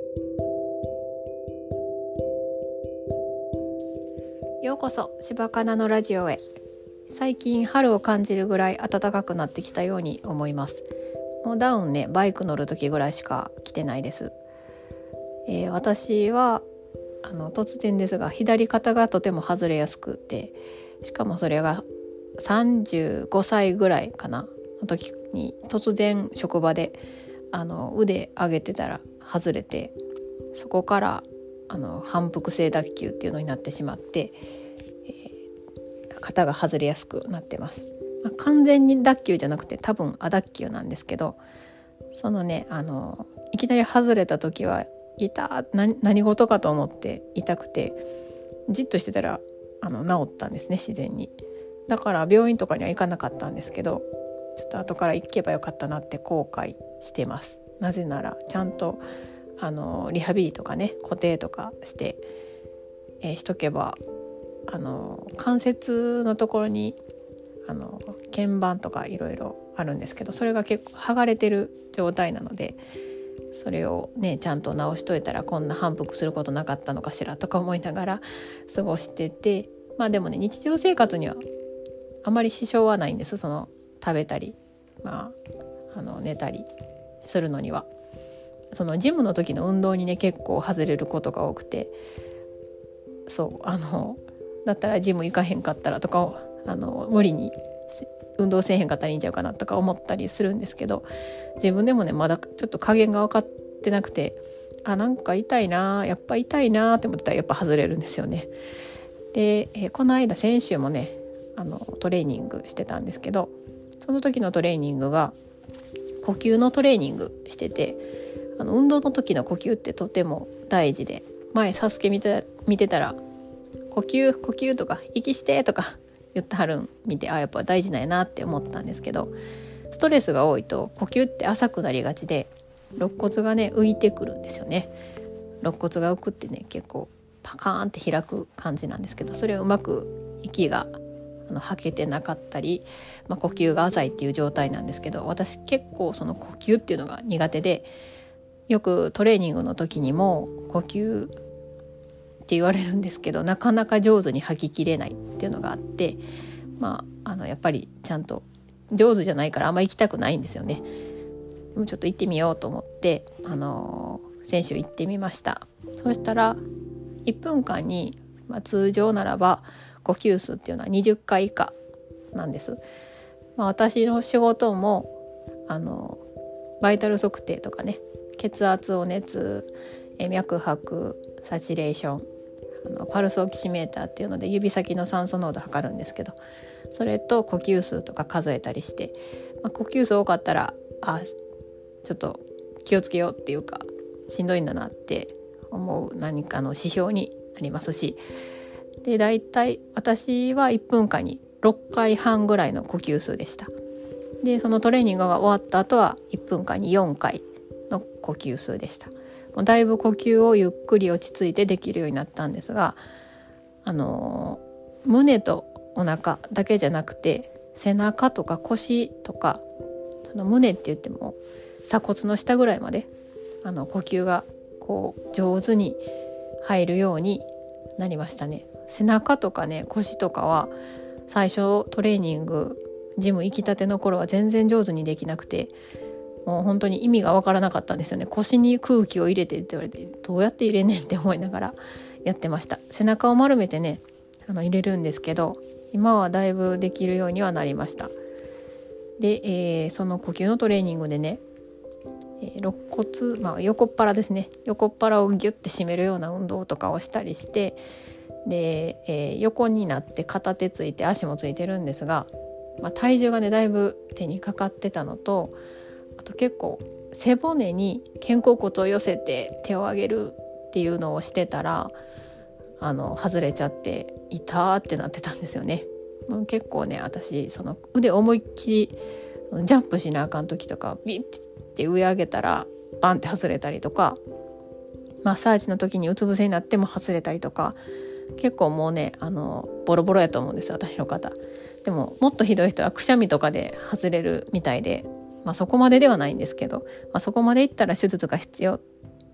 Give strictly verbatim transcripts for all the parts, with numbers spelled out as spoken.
ようこそ柴かなのラジオへ。最近春を感じるぐらい暖かくなってきたように思います。もうダウンね、バイク乗る時ぐらいしか着てないです。えー、私はあの突然ですが左肩がとても外れやすくて、しかもそれがさんじゅうごさいぐらいかなの時に突然職場であの腕上げてたら外れて、そこからあの反復性脱臼っていうのになってしまって、えー、肩が外れやすくなってます。まあ、完全に脱臼じゃなくて多分亜脱臼なんですけど、そのねあのいきなり外れた時は痛何何事かと思って痛くて、じっとしてたらあの治ったんですね、自然に。だから病院とかには行かなかったんですけど、ちょっと後から行けばよかったなって後悔してます。なぜならちゃんとあのリハビリとかね固定とかして、えー、しとけばあの関節のところにあの腱板とかいろいろあるんですけど、それが結構剥がれてる状態なので、それをねちゃんと直しといたらこんな反復することなかったのかしらとか思いながら過ごしてて、まあでもね日常生活にはあまり支障はないんです。その食べたり、まあ、あの寝たりするのには。そのジムの時の運動にね結構外れることが多くて、そうあのだったらジム行かへんかったらとか、あの無理に運動せえへんかったらいいんちゃうかなとか思ったりするんですけど、自分でもねまだちょっと加減が分かってなくて、あなんか痛いなやっぱ痛いなって思ったらやっぱ外れるんですよね。で、えー、この間先週もねあのトレーニングしてたんですけど、その時のトレーニングが呼吸のトレーニングしてて、あの運動の時の呼吸ってとても大事で、前サスケ見て、見てたら呼吸呼吸とか息してとか言ってはるん見て、あやっぱ大事なんやなって思ったんですけど、ストレスが多いと呼吸って浅くなりがちで肋骨がね浮いてくるんですよね。肋骨が浮くってね結構パカーンって開く感じなんですけど、それをうまく息があの吐けてなかったり、まあ、呼吸が浅いっていう状態なんですけど、私結構その呼吸っていうのが苦手で、よくトレーニングの時にも呼吸って言われるんですけど、なかなか上手に吐ききれないっていうのがあって、まあ、あのやっぱりちゃんと上手じゃないからあんま行きたくないんですよね。でもちょっと行ってみようと思って、あのー、先週行ってみました。そしたらいっぷんかんに、まあ、通常ならば呼吸数っていうのはにじゅっかい以下なんです。まあ、私の仕事もあのバイタル測定とかね、血圧、お熱、え脈拍、サチュレーション、あのパルスオキシメーターっていうので指先の酸素濃度測るんですけど、それと呼吸数とか数えたりして、まあ、呼吸数多かったらあちょっと気をつけようっていうかしんどいんだなって思う何かの指標になりますし、でだいたい私はいっぷんかんにろっかいはんぐらいの呼吸数でした。でそのトレーニングが終わった後はいっぷんかんによんかいの呼吸数でした。もうだいぶ呼吸をゆっくり落ち着いてできるようになったんですが、あの胸とお腹だけじゃなくて背中とか腰とか、その胸って言っても鎖骨の下ぐらいまであの呼吸がこう上手に入るようになりましたね。背中とかね腰とかは最初トレーニングジム行きたての頃は全然上手にできなくて、もう本当に意味が分からなかったんですよね。腰に空気を入れてって言われて、どうやって入れんねんって思いながらやってました。背中を丸めてねあの入れるんですけど、今はだいぶできるようにはなりました。で、えー、その呼吸のトレーニングでね、えー、肋骨、まあ、横っ腹ですね、横っ腹をギュッて締めるような運動とかをしたりして、で、えー、横になって片手ついて足もついてるんですが、まあ、体重がねだいぶ手にかかってたのと、あと結構背骨に肩甲骨を寄せて手を上げるっていうのをしてたらあの外れちゃって痛ってなってたんですよね。もう結構ね私その腕思いっきりジャンプしなあかん時とかビッて上上げたらバンって外れたりとか、マッサージの時にうつ伏せになっても外れたりとか、結構もうねあのボロボロやと思うんです私の方。でももっとひどい人はくしゃみとかで外れるみたいで、まあ、そこまでではないんですけど、まあ、そこまでいったら手術が必要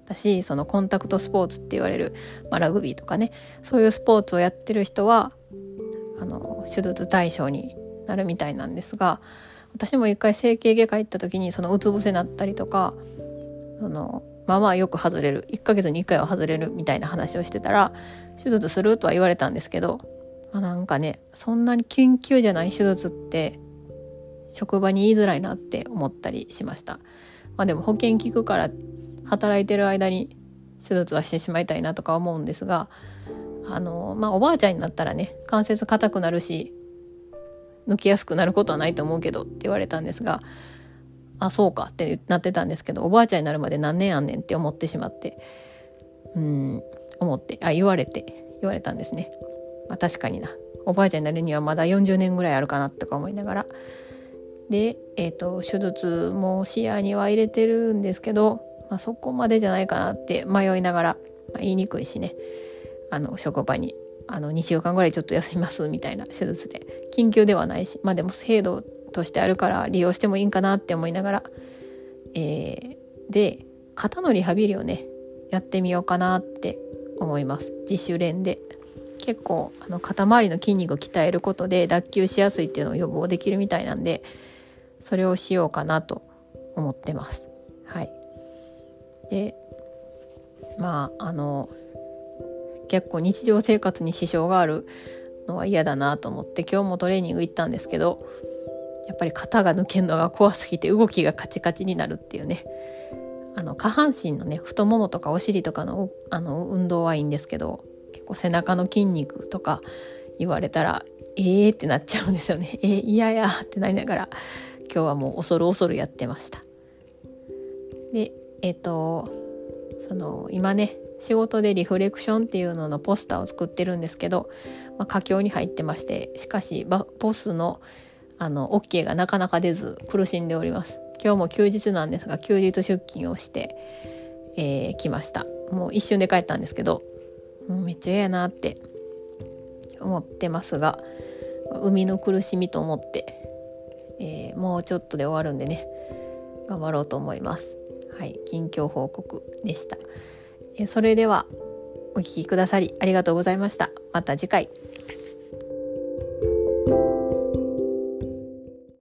だし、そのコンタクトスポーツって言われる、まあ、ラグビーとかね、そういうスポーツをやってる人はあの手術対象になるみたいなんですが、私も一回整形外科行った時にそのうつ伏せになったりとか、あのまあまあよく外れる、いっかげつにいっかいは外れるみたいな話をしてたら、手術するとは言われたんですけど、まあ、なんかね、そんなに緊急じゃない手術って職場に言いづらいなって思ったりしました。まあでも保険効くから働いてる間に手術はしてしまいたいなとか思うんですが、あのまあおばあちゃんになったらね、関節硬くなるし抜きやすくなることはないと思うけどって言われたんですが、あ、そうかってなってたんですけど、おばあちゃんになるまで何年あんねんって思ってしまって、うーん思ってあ言われて言われたんですね。まあ、確かにな、おばあちゃんになるにはまだよんじゅうねんぐらいあるかなとか思いながら、で、えーと、手術も視野には入れてるんですけど、まあ、そこまでじゃないかなって迷いながら、まあ、言いにくいしね、あの職場にあのにしゅうかんぐらいちょっと休みますみたいな手術で緊急ではないし、まあでも制度としてあるから利用してもいいんかなって思いながら、えー、で肩のリハビリをねやってみようかなって思います。自主練で結構あの肩周りの筋肉を鍛えることで脱臼しやすいっていうのを予防できるみたいなんで、それをしようかなと思ってます。はい。でまああの結構日常生活に支障があるのは嫌だなと思って今日もトレーニング行ったんですけど、やっぱり肩が抜けるのが怖すぎて動きがカチカチになるっていうね。あの下半身のね太ももとかお尻とかの、あの運動はいいんですけど、結構背中の筋肉とか言われたらえーってなっちゃうんですよね。えー、いややってなりながら今日はもう恐る恐るやってました。でえっとその今ね仕事でリフレクションっていうののポスターを作ってるんですけど、まあ、佳境に入ってまして、しかしボスのあの OK がなかなか出ず苦しんでおります。今日も休日なんですが休日出勤をして、えー、来ました。もう一瞬で帰ったんですけど、もうめっちゃ嫌やなって思ってますが、生みの苦しみと思って、えー、もうちょっとで終わるんでね頑張ろうと思います。はい、近況報告でした。それではお聞きくださりありがとうございました。また次回。